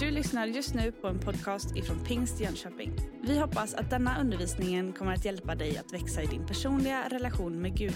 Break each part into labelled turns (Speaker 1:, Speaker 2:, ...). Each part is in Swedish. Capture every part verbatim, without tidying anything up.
Speaker 1: Du lyssnar just nu på en podcast ifrån Pingst Jönköping. Vi hoppas att denna undervisning kommer att hjälpa dig att växa i din personliga relation med Gud.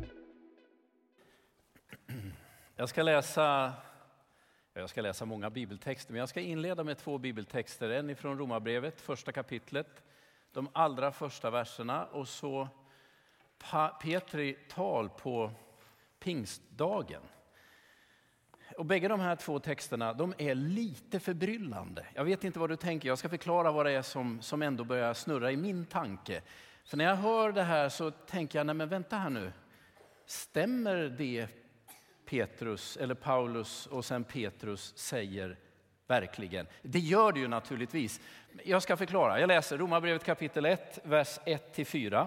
Speaker 2: Jag ska läsa, jag ska läsa många bibeltexter, men jag ska inleda med två bibeltexter. En ifrån Romarbrevet, första kapitlet, de allra första verserna, och så Petri tal på pingstdagen. Och bägge de här två texterna, de är lite förbryllande. Jag vet inte vad du tänker, jag ska förklara vad det är som, som ändå börjar snurra i min tanke. För när jag hör det här så tänker jag, nej men vänta här nu. Stämmer det Petrus eller Paulus och sen Petrus säger verkligen? Det gör det ju naturligtvis. Jag ska förklara, jag läser Romarbrevet kapitel ett, vers ett till fyra.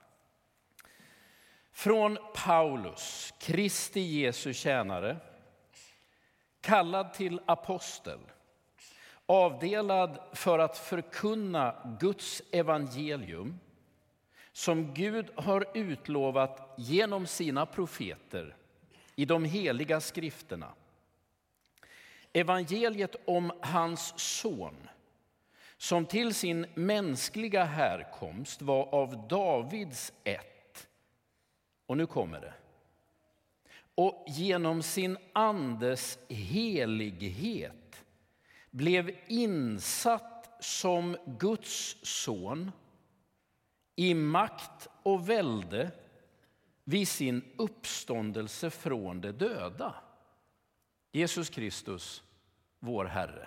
Speaker 2: Från Paulus, Kristi Jesu tjänare, kallad till apostel, avdelad för att förkunna Guds evangelium som Gud har utlovat genom sina profeter i de heliga skrifterna. Evangeliet om hans son, som till sin mänskliga härkomst var av Davids ett. Och nu kommer det. Och genom sin andes helighet blev insatt som Guds son i makt och välde vid sin uppståndelse från de döda. Jesus Kristus, vår Herre.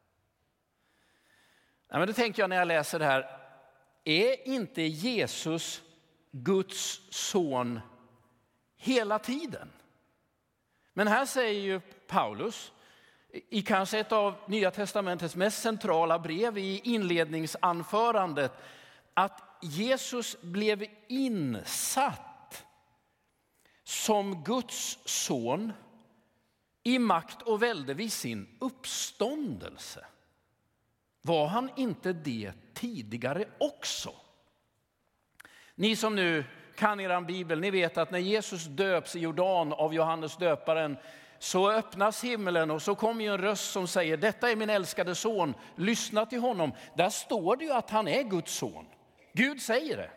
Speaker 2: Ja, men då tänker jag när jag läser det här, är inte Jesus Guds son hela tiden? Men här säger ju Paulus i kanske ett av Nya testamentets mest centrala brev i inledningsanförandet att Jesus blev insatt som Guds son i makt och välde vid sin uppståndelse. Var han inte det tidigare också? Ni som nu kan eran bibel, ni vet att när Jesus döps i Jordan av Johannes döparen så öppnas himlen och så kommer ju en röst som säger: detta är min älskade son, lyssna till honom. Där står det ju att han är Guds son. Gud säger det.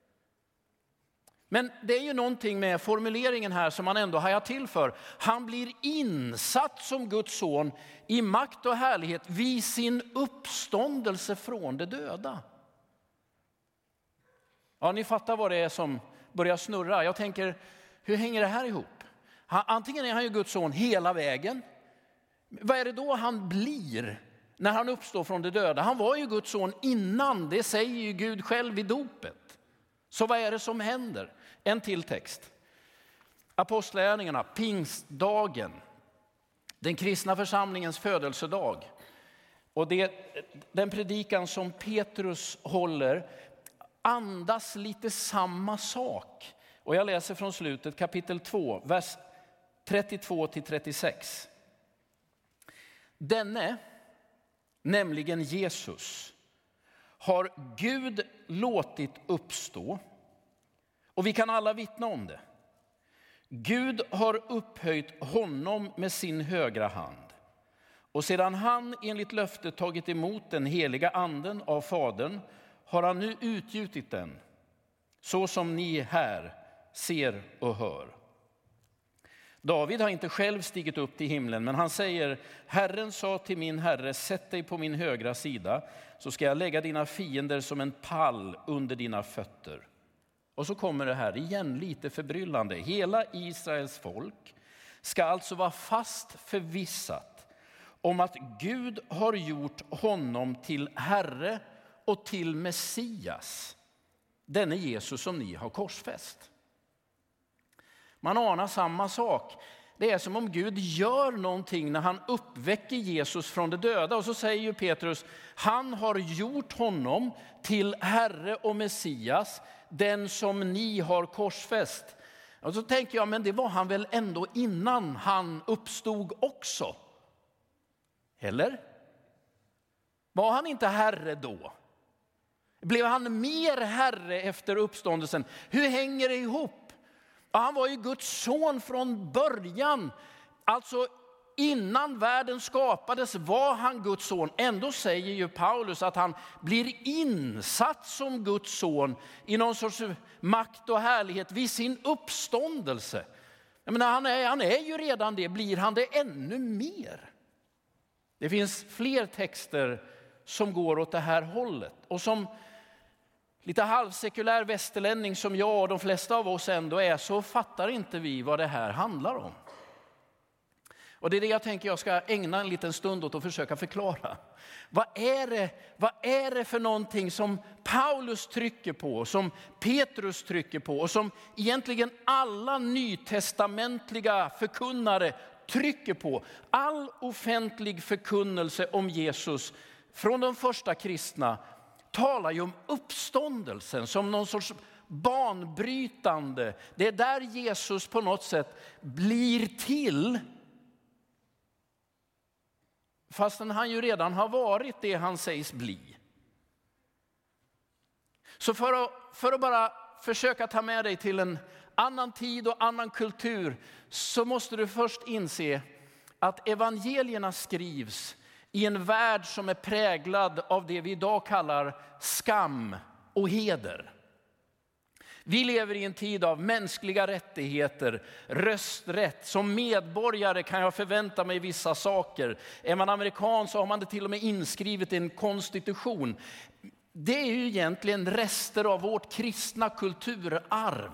Speaker 2: Men det är ju någonting med formuleringen här som man ändå hajar till för. Han blir insatt som Guds son i makt och härlighet vid sin uppståndelse från de döda. Ja, ni fattar vad det är som börjar snurra. Jag tänker, hur hänger det här ihop? Han, antingen är han ju Guds son hela vägen. Vad är det då han blir när han uppstår från de döda? Han var ju Guds son innan, det säger ju Gud själv i dopet. Så vad är det som händer? En till text. Apostlagärningarna, pingstdagen. Den kristna församlingens födelsedag. Och det, den predikan som Petrus håller andas lite samma sak. Och jag läser från slutet, kapitel två, vers trettiotvå till trettiosex. Denne, nämligen Jesus, har Gud låtit uppstå. Och vi kan alla vittna om det. Gud har upphöjt honom med sin högra hand. Och sedan han enligt löftet tagit emot den heliga anden av Fadern har han nu utgjutit den, så som ni här ser och hör. David har inte själv stigit upp till himlen, men han säger: Herren sa till min herre, sätt dig på min högra sida, så ska jag lägga dina fiender som en pall under dina fötter. Och så kommer det här igen lite förbryllande. Hela Israels folk ska alltså vara fast förvissat om att Gud har gjort honom till Herre och till Messias, denne Jesus som ni har korsfäst. Man anar samma sak. Det är som om Gud gör någonting när han uppväcker Jesus från de döda. Och så säger ju Petrus, han har gjort honom till Herre och Messias, den som ni har korsfäst. Och så tänker jag, men det var han väl ändå innan han uppstod också? Eller? Var han inte Herre då? Blev han mer Herre efter uppståndelsen? Hur hänger det ihop? Han var ju Guds son från början. Alltså innan världen skapades var han Guds son. Ändå säger ju Paulus att han blir insatt som Guds son i någon sorts makt och härlighet vid sin uppståndelse. Jag menar, han, är, han är ju redan det, blir han det ännu mer? Det finns fler texter som går åt det här hållet. Och som lite halvsekulär västerlänning som jag och de flesta av oss ändå är, så fattar inte vi vad det här handlar om. Och det är det jag tänker jag ska ägna en liten stund åt att försöka förklara. Vad är det, vad är det för någonting som Paulus trycker på, som Petrus trycker på och som egentligen alla nytestamentliga förkunnare trycker på? All offentlig förkunnelse om Jesus från de första kristna talar ju om uppståndelsen som någon sorts banbrytande. Det är där Jesus på något sätt blir till. Fastän han ju redan har varit det han sägs bli. Så för att, för att bara försöka ta med dig till en annan tid och annan kultur, så måste du först inse att evangelierna skrivs i en värld som är präglad av det vi idag kallar skam och heder. Vi lever i en tid av mänskliga rättigheter, rösträtt. Som medborgare kan jag förvänta mig vissa saker. Är man amerikan så har man det till och med inskrivet i en konstitution. Det är ju egentligen rester av vårt kristna kulturarv.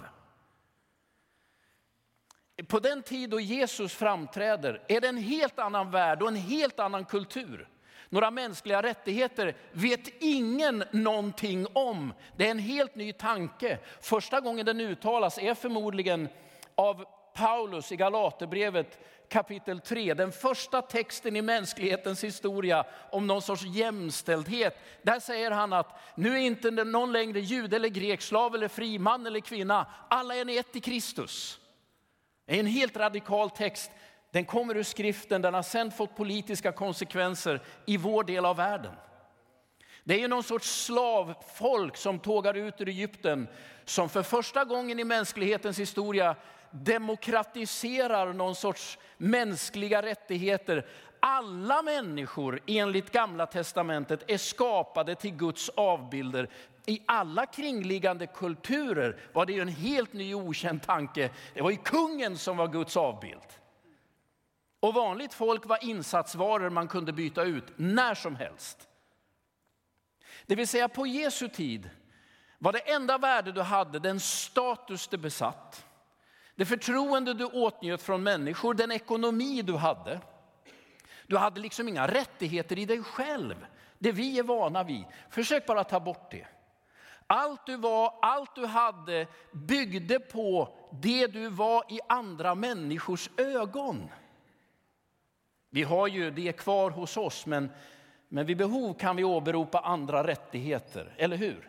Speaker 2: På den tid då Jesus framträder är det en helt annan värld och en helt annan kultur. Några mänskliga rättigheter vet ingen någonting om. Det är en helt ny tanke. Första gången den uttalas är förmodligen av Paulus i Galaterbrevet kapitel tre. Den första texten i mänsklighetens historia om någon sorts jämställdhet. Där säger han att nu är inte någon längre jude eller grek, slav eller fri, man eller kvinna. Alla är ni ett i Kristus. Det är en helt radikal text. Den kommer ur skriften, den har sedan fått politiska konsekvenser i vår del av världen. Det är ju någon sorts slavfolk som tågar ut ur Egypten, som för första gången i mänsklighetens historia demokratiserar någon sorts mänskliga rättigheter. Alla människor enligt Gamla testamentet är skapade till Guds avbilder. I alla kringliggande kulturer var det ju en helt ny okänd tanke. Det var ju kungen som var Guds avbild. Och vanligt folk var insatsvaror man kunde byta ut när som helst. Det vill säga på Jesu tid var det enda värde du hade den status du besatt. Det förtroende du åtnjöt från människor, den ekonomi du hade. Du hade liksom inga rättigheter i dig själv. Det vi är vana vid. Försök bara ta bort det. Allt du var, allt du hade byggde på det du var i andra människors ögon. Vi har ju det kvar hos oss, men, men vid behov kan vi åberopa andra rättigheter, eller hur?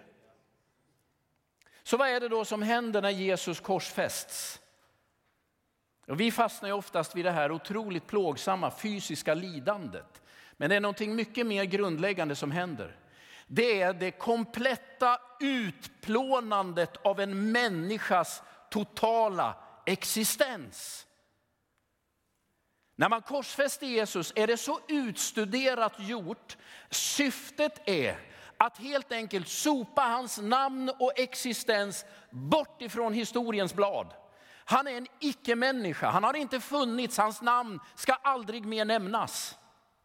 Speaker 2: Så vad är det då som händer när Jesus korsfästs? Och vi fastnar ju oftast vid det här otroligt plågsamma fysiska lidandet. Men det är någonting mycket mer grundläggande som händer. Det är det kompletta utplånandet av en människas totala existens. När man korsfäster Jesus är det så utstuderat gjort. Syftet är att helt enkelt sopa hans namn och existens bort ifrån historiens blad. Han är en icke-människa. Han har inte funnits. Hans namn ska aldrig mer nämnas.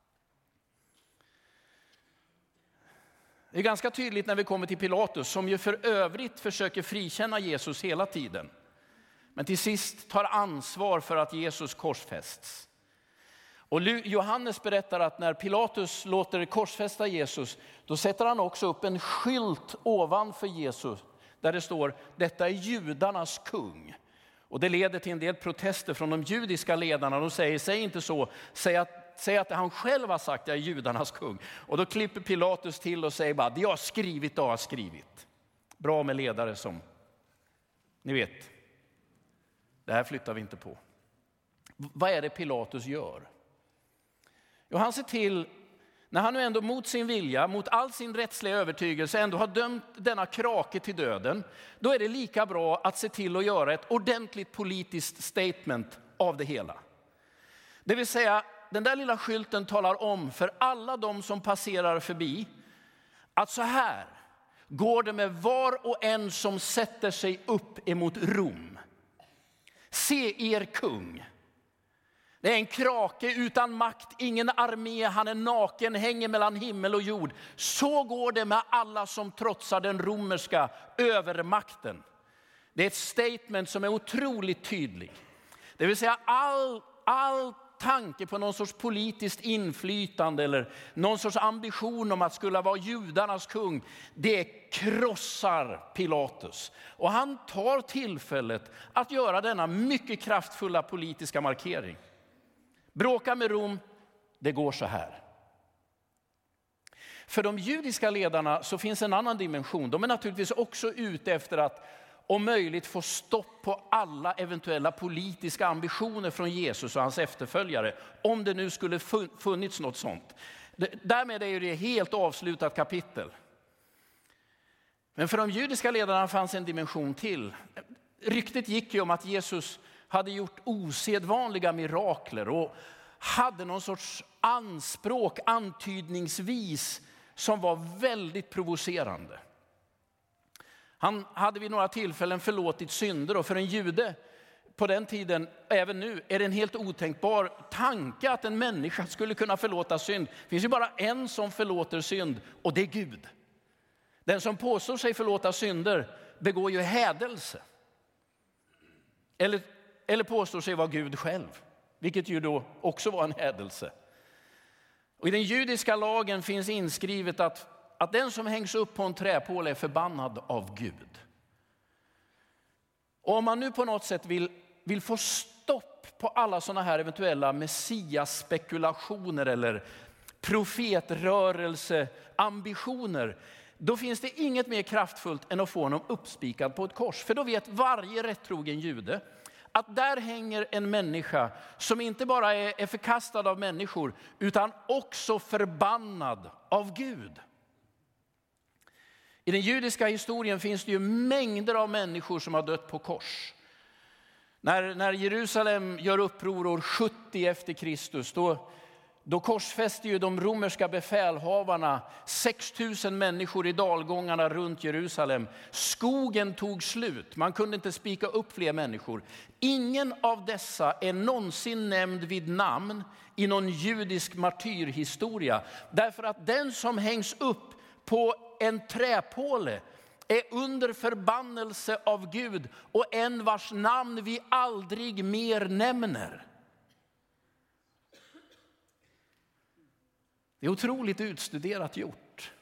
Speaker 2: Det är ganska tydligt när vi kommer till Pilatus, som ju för övrigt försöker frikänna Jesus hela tiden. Men till sist tar ansvar för att Jesus korsfästs. Och Johannes berättar att när Pilatus låter korsfästa Jesus, då sätter han också upp en skylt ovanför Jesus där det står: detta är judarnas kung. Och det leder till en del protester från de judiska ledarna. De säger, säg inte så, säg att, säg att han själv har sagt jag är judarnas kung. Och då klipper Pilatus till och säger bara, det jag har skrivit, det har skrivit. Bra med ledare som, ni vet, det här flyttar vi inte på. Vad är det Pilatus gör? Jo, han ser till, när han nu ändå mot sin vilja, mot all sin rättsliga övertygelse ändå har dömt denna krake till döden, då är det lika bra att se till att göra ett ordentligt politiskt statement av det hela. Det vill säga, den där lilla skylten talar om för alla de som passerar förbi att så här går det med var och en som sätter sig upp emot Rom. Se er kung. Det är en krake utan makt, ingen armé, han är naken, hänger mellan himmel och jord. Så går det med alla som trotsar den romerska övermakten. Det är ett statement som är otroligt tydlig. Det vill säga all, all tanke på någon sorts politiskt inflytande eller någon sorts ambition om att skulle vara judarnas kung, det krossar Pilatus. Och han tar tillfället att göra denna mycket kraftfulla politiska markering. Bråka med Rom, det går så här. För de judiska ledarna så finns en annan dimension. De är naturligtvis också ute efter att om möjligt få stopp på alla eventuella politiska ambitioner från Jesus och hans efterföljare. Om det nu skulle funnits något sånt. Därmed är det helt avslutat kapitel. Men för de judiska ledarna fanns en dimension till. Ryktet gick ju om att Jesus hade gjort osedvanliga mirakler och hade någon sorts anspråk antydningsvis som var väldigt provocerande. Han hade vid några tillfällen förlåtit synder och för en jude på den tiden, även nu, är det en helt otänkbar tanke att en människa skulle kunna förlåta synd. Det finns ju bara en som förlåter synd och det är Gud. Den som påstår sig förlåta synder begår ju hädelse. Eller, eller påstår sig vara Gud själv, vilket ju då också var en hädelse. Och i den judiska lagen finns inskrivet att Att den som hängs upp på en träpåle är förbannad av Gud. Och om man nu på något sätt vill, vill få stopp på alla sådana här eventuella messias-spekulationer eller profetrörelse-ambitioner, då finns det inget mer kraftfullt än att få honom uppspikad på ett kors. För då vet varje rättrogen jude att där hänger en människa som inte bara är, är förkastad av människor utan också förbannad av Gud. I den judiska historien finns det ju mängder av människor som har dött på kors. När, när Jerusalem gör uppror år sjuttio efter Kristus, då, då korsfäster ju de romerska befälhavarna sex tusen människor i dalgångarna runt Jerusalem. Skogen tog slut, man kunde inte spika upp fler människor. Ingen av dessa är någonsin nämnd vid namn i någon judisk martyrhistoria. Därför att den som hängs upp på en träpåle är under förbannelse av Gud och en vars namn vi aldrig mer nämner. Det är otroligt utstuderat gjort.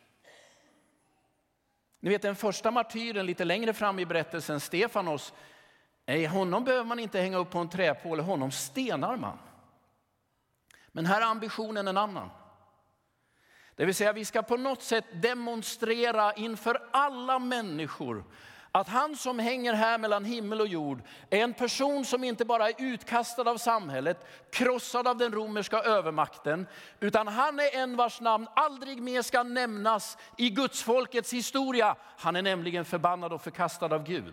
Speaker 2: Ni vet den första martyren lite längre fram i berättelsen, Stefanos, nej, honom behöver man inte hänga upp på en träpåle, honom stenar man. Men här är ambitionen en annan. Det vill säga vi ska på något sätt demonstrera inför alla människor att han som hänger här mellan himmel och jord är en person som inte bara är utkastad av samhället, krossad av den romerska övermakten, utan han är en vars namn aldrig mer ska nämnas i Guds folkets historia. Han är nämligen förbannad och förkastad av Gud.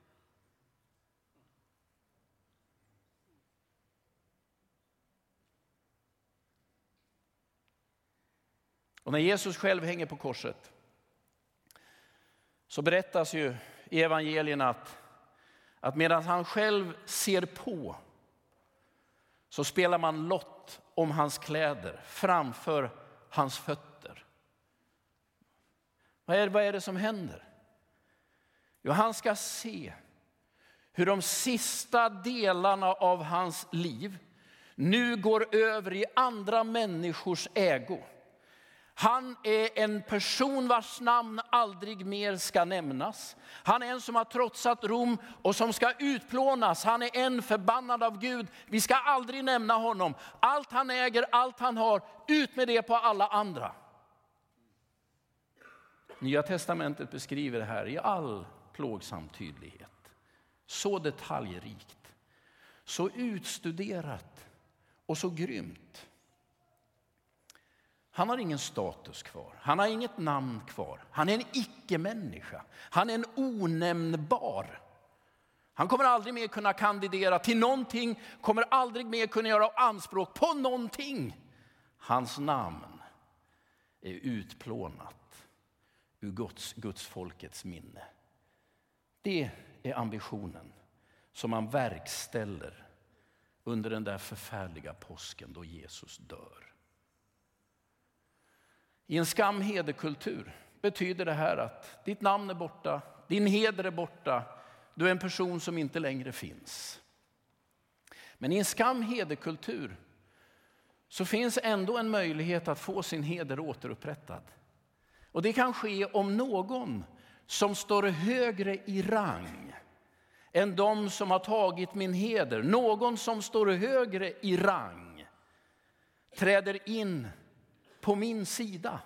Speaker 2: Och när Jesus själv hänger på korset så berättas ju i evangelierna att, att medan han själv ser på så spelar man lott om hans kläder framför hans fötter. Vad är, vad är det som händer? Jo, han ska se hur de sista delarna av hans liv nu går över i andra människors ägo. Han är en person vars namn aldrig mer ska nämnas. Han är en som har trotsat Rom och som ska utplånas. Han är en förbannad av Gud. Vi ska aldrig nämna honom. Allt han äger, allt han har, ut med det på alla andra. Nya testamentet beskriver det här i all plågsam tydlighet. Så detaljrikt, så utstuderat och så grymt. Han har ingen status kvar. Han har inget namn kvar. Han är en icke-människa. Han är en onämnbar. Han kommer aldrig mer kunna kandidera till någonting, kommer aldrig mer kunna göra anspråk på någonting. Hans namn är utplånat ur Guds, Guds folkets minne. Det är ambitionen som man verkställer under den där förfärliga påsken då Jesus dör. I en skamhederkultur betyder det här att ditt namn är borta, din heder är borta, du är en person som inte längre finns. Men i en skamhederkultur så finns ändå en möjlighet att få sin heder återupprättad. Och det kan ske om någon som står högre i rang än de som har tagit min heder, någon som står högre i rang, träder in på min sida.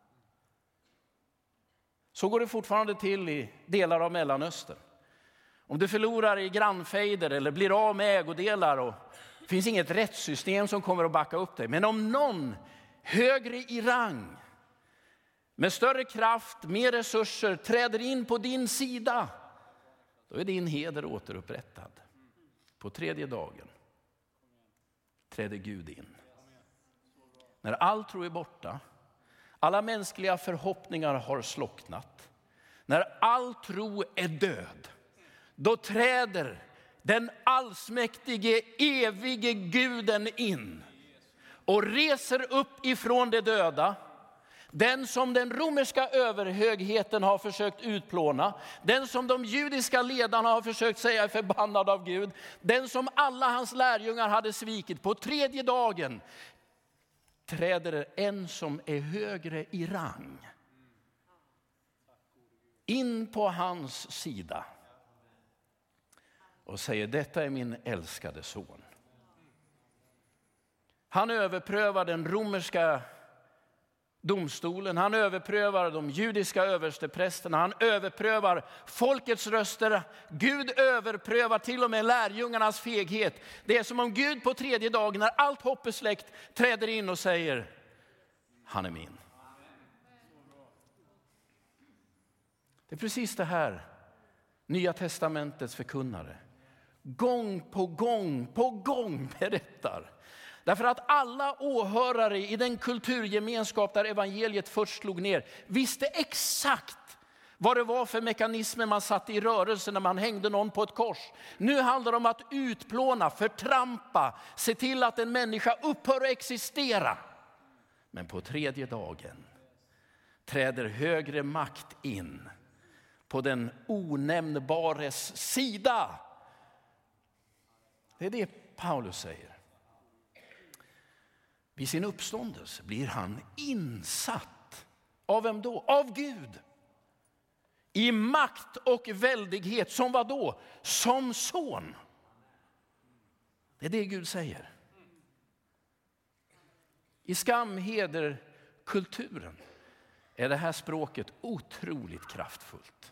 Speaker 2: Så går det fortfarande till i delar av Mellanöstern. Om du förlorar i grannfejder eller blir av med ägodelar, och det finns inget rättssystem som kommer att backa upp dig. Men om någon högre i rang, med större kraft, mer resurser, träder in på din sida, då är din heder återupprättad. På tredje dagen träder Gud in. När all tro är borta, alla mänskliga förhoppningar har slocknat, när all tro är död, då träder den allsmäktige, evige Guden in och reser upp ifrån de döda. Den som den romerska överhögheten har försökt utplåna, den som de judiska ledarna har försökt säga är förbannad av Gud, den som alla hans lärjungar hade svikit. På tredje dagen träder en som är högre i rang in på hans sida och säger: detta är min älskade son. Han överprövar den romerska domstolen, han överprövar de judiska översteprästerna, han överprövar folkets röster. Gud överprövar till och med lärjungarnas feghet. Det är som om Gud på tredje dagen, när allt hopp är släckt, träder in och säger: han är min. Det är precis det här Nya testamentets förkunnare gång på gång på gång berättar. Därför att alla åhörare i den kulturgemenskap där evangeliet först slog ner visste exakt vad det var för mekanismer man satte i rörelse när man hängde någon på ett kors. Nu handlar det om att utplåna, förtrampa, se till att en människa upphör att existera. Men på tredje dagen träder högre makt in på den onämnbares sida. Det är det Paulus säger. Vid sin uppståndelse blir han insatt. Av vem då? Av Gud. I makt och väldighet. Som vad då? Som son. Det är det Gud säger. I skamhederkulturen är det här språket otroligt kraftfullt.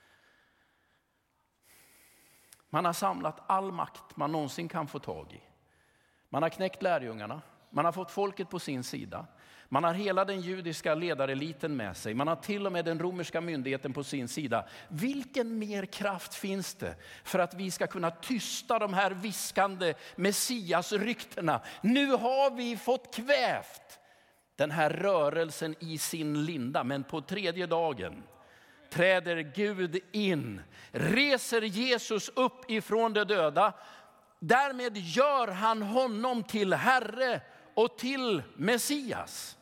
Speaker 2: Man har samlat all makt man någonsin kan få tag i. Man har knäckt lärjungarna. Man har fått folket på sin sida. Man har hela den judiska ledareliten med sig. Man har till och med den romerska myndigheten på sin sida. Vilken mer kraft finns det för att vi ska kunna tysta de här viskande messiasryktena? Nu har vi fått kvävt den här rörelsen i sin linda. Men på tredje dagen träder Gud in. Reser Jesus upp ifrån de döda. Därmed gör han honom till Herre och till Messias.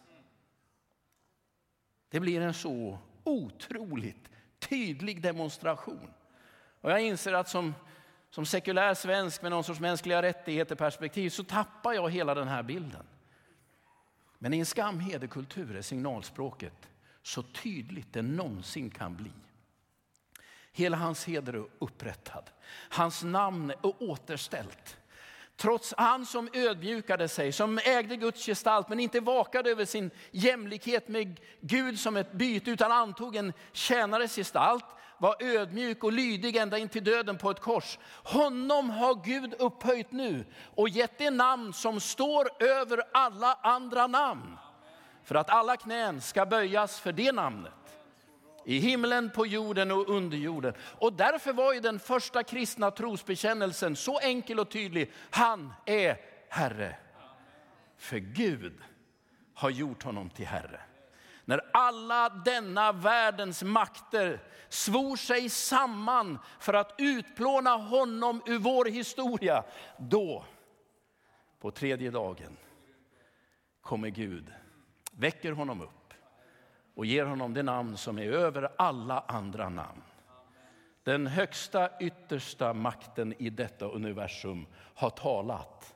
Speaker 2: Det blir en så otroligt tydlig demonstration. Och jag inser att som, som sekulär svensk med någon sorts mänskliga rättigheter perspektiv så tappar jag hela den här bilden. Men i en skamhederkultur är signalspråket så tydligt det någonsin kan bli. Hela hans heder är upprättad. Hans namn är återställt. Trots han som ödmjukade sig, som ägde Guds gestalt men inte vakade över sin jämlikhet med Gud som ett byte utan antog en tjänares gestalt, var ödmjuk och lydig ända in till döden på ett kors. Honom har Gud upphöjt nu och gett det namn som står över alla andra namn. För att alla knän ska böjas för det namnet. I himlen, på jorden och under jorden. Och därför var ju den första kristna trosbekännelsen så enkel och tydlig. Han är Herre. För Gud har gjort honom till Herre. När alla denna världens makter svor sig samman för att utplåna honom ur vår historia. Då, på tredje dagen, kommer Gud, väcker honom upp och ger honom det namn som är över alla andra namn. Den högsta, yttersta makten i detta universum har talat.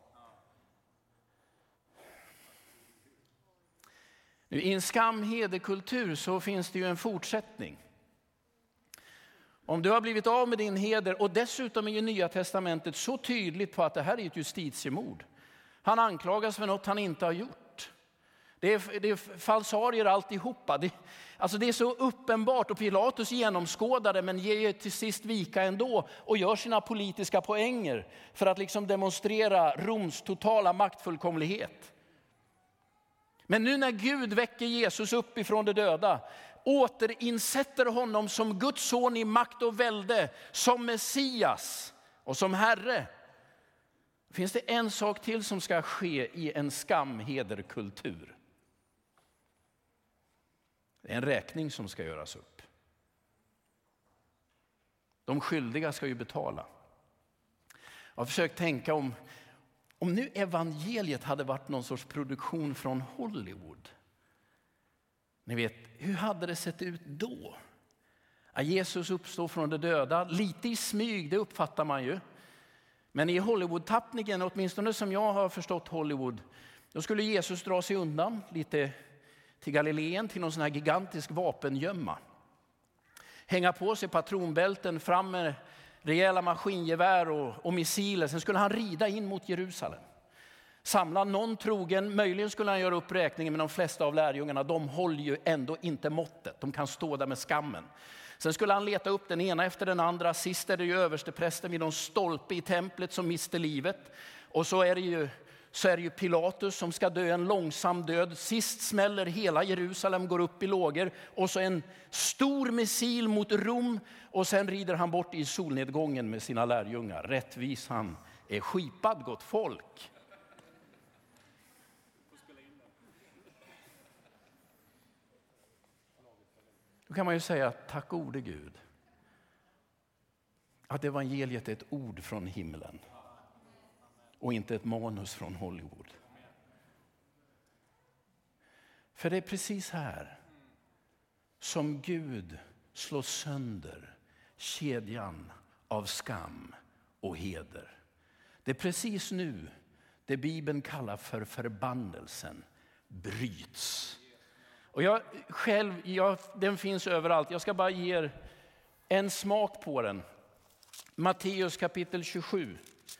Speaker 2: Nu, i en skamhederkultur så finns det ju en fortsättning. Om du har blivit av med din heder, och dessutom är i Nya testamentet så tydligt på att det här är ett justitiemord. Han anklagas för något han inte har gjort. Det är, det är falsarier alltihopa. Det, alltså det är så uppenbart, och Pilatus genomskådar det, men ger till sist vika ändå och gör sina politiska poänger för att liksom demonstrera Roms totala maktfullkomlighet. Men nu när Gud väcker Jesus upp ifrån de döda, återinsätter honom som Guds son i makt och välde, som Messias och som Herre, finns det en sak till som ska ske i en skamhederkultur. Det är en räkning som ska göras upp. De skyldiga ska ju betala. Jag har försökt tänka om, om nu evangeliet hade varit någon sorts produktion från Hollywood. Ni vet, hur hade det sett ut då? Att Jesus uppstår från de döda, lite i smyg, det uppfattar man ju. Men i Hollywood-tappningen, åtminstone som jag har förstått Hollywood, då skulle Jesus dra sig undan lite till Galileen, till någon sån här gigantisk vapengömma. Hänga på sig patronbälten, fram med rejäla maskingevär och, och missiler. Sen skulle han rida in mot Jerusalem. Samla någon trogen, möjligen skulle han göra upp räkningen, men de flesta av lärjungarna, de håller ju ändå inte måttet. De kan stå där med skammen. Sen skulle han leta upp den ena efter den andra. Sist är det ju översteprästen vid någon stolpe i templet som mister livet. Och så är det ju, så är det ju Pilatus som ska dö en långsam död. Sist smäller hela Jerusalem, går upp i lågor. Och så en stor missil mot Rom. Och sen rider han bort i solnedgången med sina lärjungar. Rättvis han är skipad, gott folk. Då kan man ju säga, tack gode Gud, att evangeliet är ett ord från himlen och inte ett manus från Hollywood. För det är precis här som Gud slår sönder kedjan av skam och heder. Det är precis nu det Bibeln kallar för förbannelsen bryts. Och jag själv, jag, den finns överallt. Jag ska bara ge er en smak på den. Matteus kapitel tjugosju.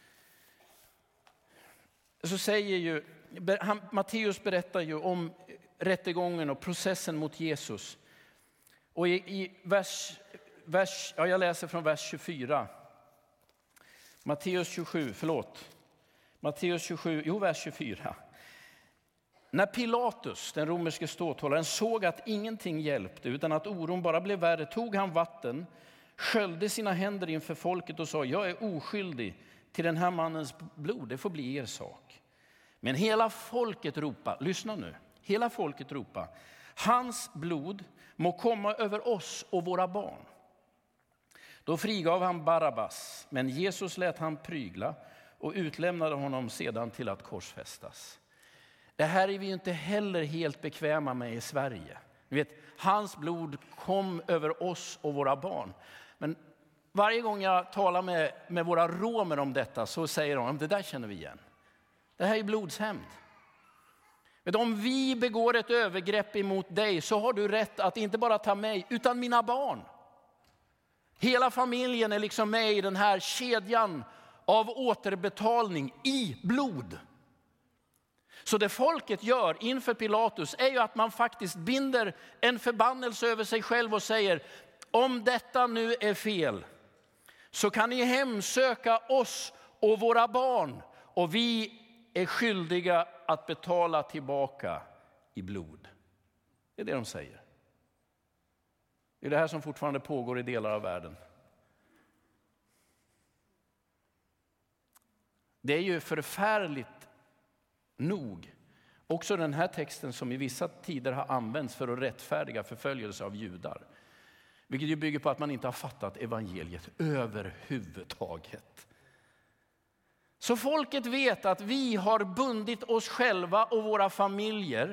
Speaker 2: Så säger ju, han, Matteus berättar ju om rättegången och processen mot Jesus. Och i, i vers, vers, ja jag läser från vers tjugofyra. Matteus tjugosju, förlåt. Matteus tjugosju, jo vers tjugofyra. När Pilatus, den romerske ståthållaren, såg att ingenting hjälpte utan att oron bara blev värre, tog han vatten, sköljde sina händer inför folket och sa, jag är oskyldig till den här mannens blod, det får bli er sak. Men hela folket ropa, lyssna nu, hela folket ropa, hans blod må komma över oss och våra barn. Då frigav han Barabbas, men Jesus lät han prygla och utlämnade honom sedan till att korsfästas. Det här är vi inte heller helt bekväma med i Sverige. Ni vet, hans blod kom över oss och våra barn. Men varje gång jag talar med, med våra romer om detta så säger de, det där känner vi igen. Det här är blodshämnd. Men om vi begår ett övergrepp emot dig så har du rätt att inte bara ta mig utan mina barn. Hela familjen är liksom med i den här kedjan av återbetalning i blod. Så det folket gör inför Pilatus är ju att man faktiskt binder en förbannelse över sig själv och säger, om detta nu är fel så kan ni hemsöka oss och våra barn och vi är skyldiga att betala tillbaka i blod. Det är det de säger. Det är det här som fortfarande pågår i delar av världen. Det är ju förfärligt nog också den här texten som i vissa tider har använts för att rättfärdiga förföljelse av judar. Vilket ju bygger på att man inte har fattat evangeliet överhuvudtaget. Så folket vet att vi har bundit oss själva och våra familjer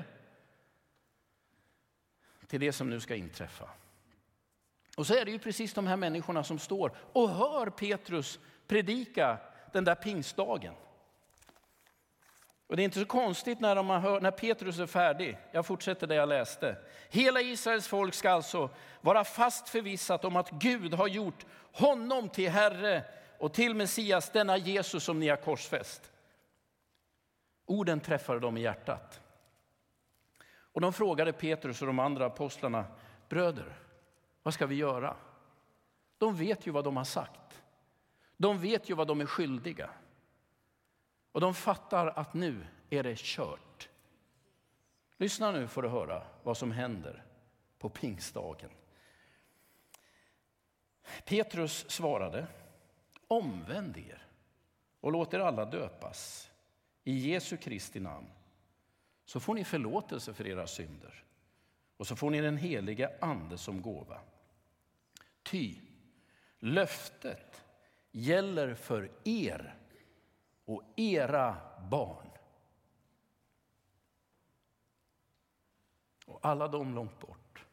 Speaker 2: till det som nu ska inträffa. Och så är det ju precis de här människorna som står och hör Petrus predika den där pingstdagen. Och det är inte så konstigt när, de har hört, när Petrus är färdig. Jag fortsätter där jag läste. Hela Israels folk ska alltså vara fast förvissat om att Gud har gjort honom till Herre och till Messias, denna Jesus som ni har korsfäst. Orden träffade dem i hjärtat. Och de frågade Petrus och de andra apostlarna: bröder, vad ska vi göra? De vet ju vad de har sagt. De vet ju vad de är skyldiga. Och de fattar att nu är det kört. Lyssna nu för att höra vad som händer på pingstdagen. Petrus svarade: omvänd er och låt er alla döpas i Jesu Kristi namn. Så får ni förlåtelse för era synder. Och så får ni den heliga ande som gåva. Ty löftet gäller för er och era barn. Och alla de långt bort.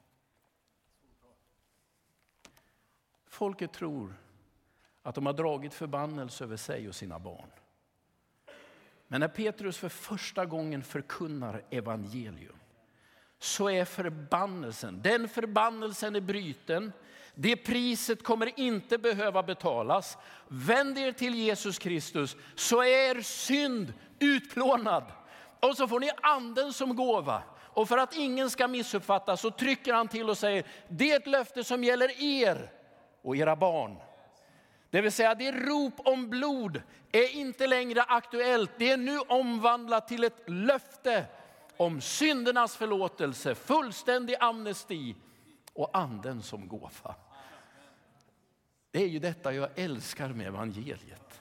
Speaker 2: Folket tror att de har dragit förbannelse över sig och sina barn. Men när Petrus för första gången förkunnar evangelium, så är förbannelsen, den förbannelsen är bryten. Det priset kommer inte behöva betalas. Vänd er till Jesus Kristus, så är synd utplånad. Och så får ni anden som gåva. Och för att ingen ska missuppfatta så trycker han till och säger: det är ett löfte som gäller er och era barn. Det vill säga, det rop om blod är inte längre aktuellt. Det är nu omvandlat till ett löfte om syndernas förlåtelse, fullständig amnesti och anden som gåva. Det är ju detta jag älskar med evangeliet.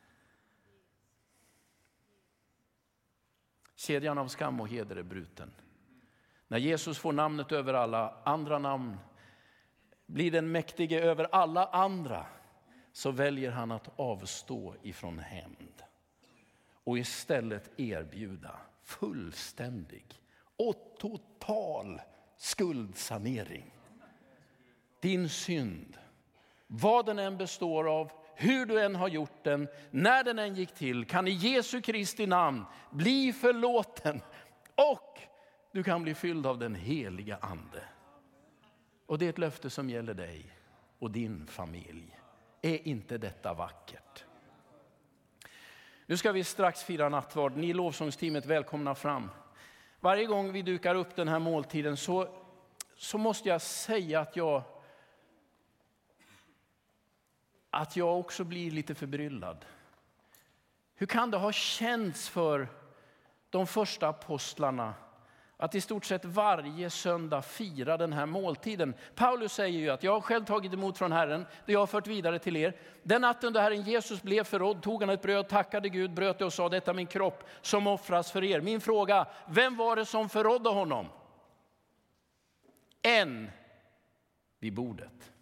Speaker 2: Kedjan av skam och heder är bruten. När Jesus får namnet över alla andra namn, blir den mäktige över alla andra, så väljer han att avstå ifrån hämnd och istället erbjuda fullständig och total skuldsanering. Din synd, vad den än består av, hur du än har gjort den, när den än gick till, kan i Jesu Kristi namn bli förlåten och du kan bli fylld av den heliga ande. Och det är ett löfte som gäller dig och din familj. Är inte detta vackert? Nu ska vi strax fira nattvard. Ni lovsångsteamet, välkomna fram. Varje gång vi dukar upp den här måltiden så, så måste jag säga att jag, att jag också blir lite förbryllad. Hur kan det ha känts för de första apostlarna att i stort sett varje söndag fira den här måltiden? Paulus säger ju att jag har själv tagit emot från Herren, det jag har fört vidare till er. Den natten då Herren Jesus blev förrådd tog han ett bröd, tackade Gud, bröt det och sa: detta är min kropp som offras för er. Min fråga: vem var det som förrådde honom? En vid bordet.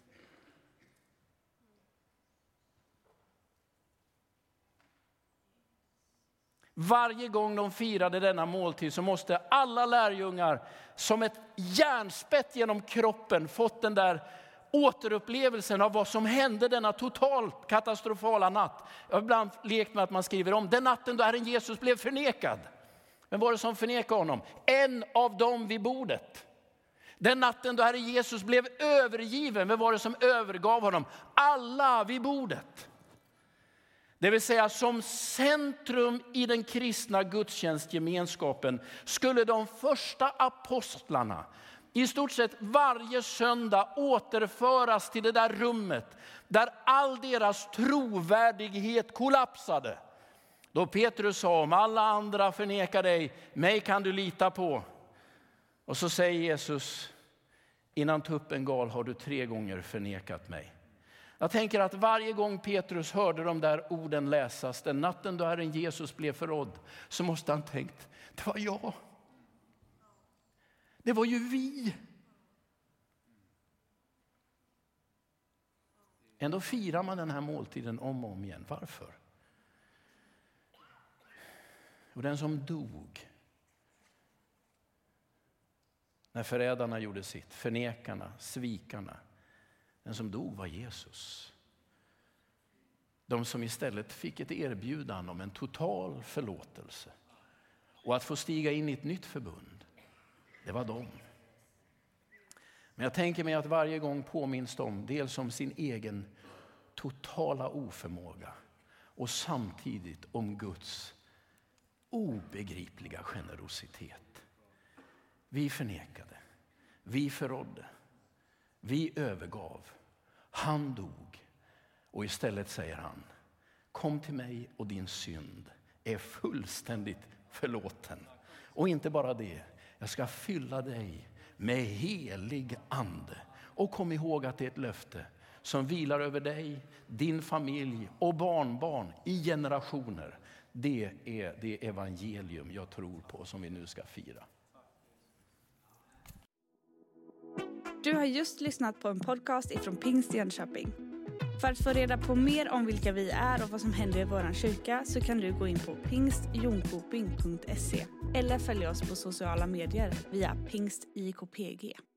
Speaker 2: Varje gång de firade denna måltid så måste alla lärjungar som ett järnspett genom kroppen fått den där återupplevelsen av vad som hände denna totalt katastrofala natt. Jag har ibland lekt med att man skriver om den natten då Herren Jesus blev förnekad. Vem var det som förnekade honom? En av dem vid bordet. Den natten då Herren Jesus blev övergiven, vem var det som övergav honom? Alla vid bordet. Det vill säga, som centrum i den kristna gudstjänstgemenskapen skulle de första apostlarna i stort sett varje söndag återföras till det där rummet där all deras trovärdighet kollapsade. Då Petrus sa: om alla andra förnekar dig, mig kan du lita på. Och så säger Jesus: innan tuppen gal har du tre gånger förnekat mig. Jag tänker att varje gång Petrus hörde de där orden läsas, den natten då Herren Jesus blev förrådd, så måste han tänkt, det var jag. Det var ju vi. Ändå firar man den här måltiden om och om igen. Varför? Och den som dog när förrädarna gjorde sitt, förnekarna, svikarna, den som dog var Jesus. De som istället fick ett erbjudande om en total förlåtelse och att få stiga in i ett nytt förbund, det var de. Men jag tänker mig att varje gång påminns de dels om sin egen totala oförmåga och samtidigt om Guds obegripliga generositet. Vi förnekade, vi förrådde, vi övergav. Han dog och istället säger han, kom till mig och din synd är fullständigt förlåten. Och inte bara det, jag ska fylla dig med helig ande. Och kom ihåg att det är ett löfte som vilar över dig, din familj och barnbarn i generationer. Det är det evangelium jag tror på som vi nu ska fira.
Speaker 1: Du har just lyssnat på en podcast ifrån Pingst Jönköping. För att få reda på mer om vilka vi är och vad som händer i vår kyrka så kan du gå in på pingst jonkoping punkt se eller följa oss på sociala medier via pingst I K P G.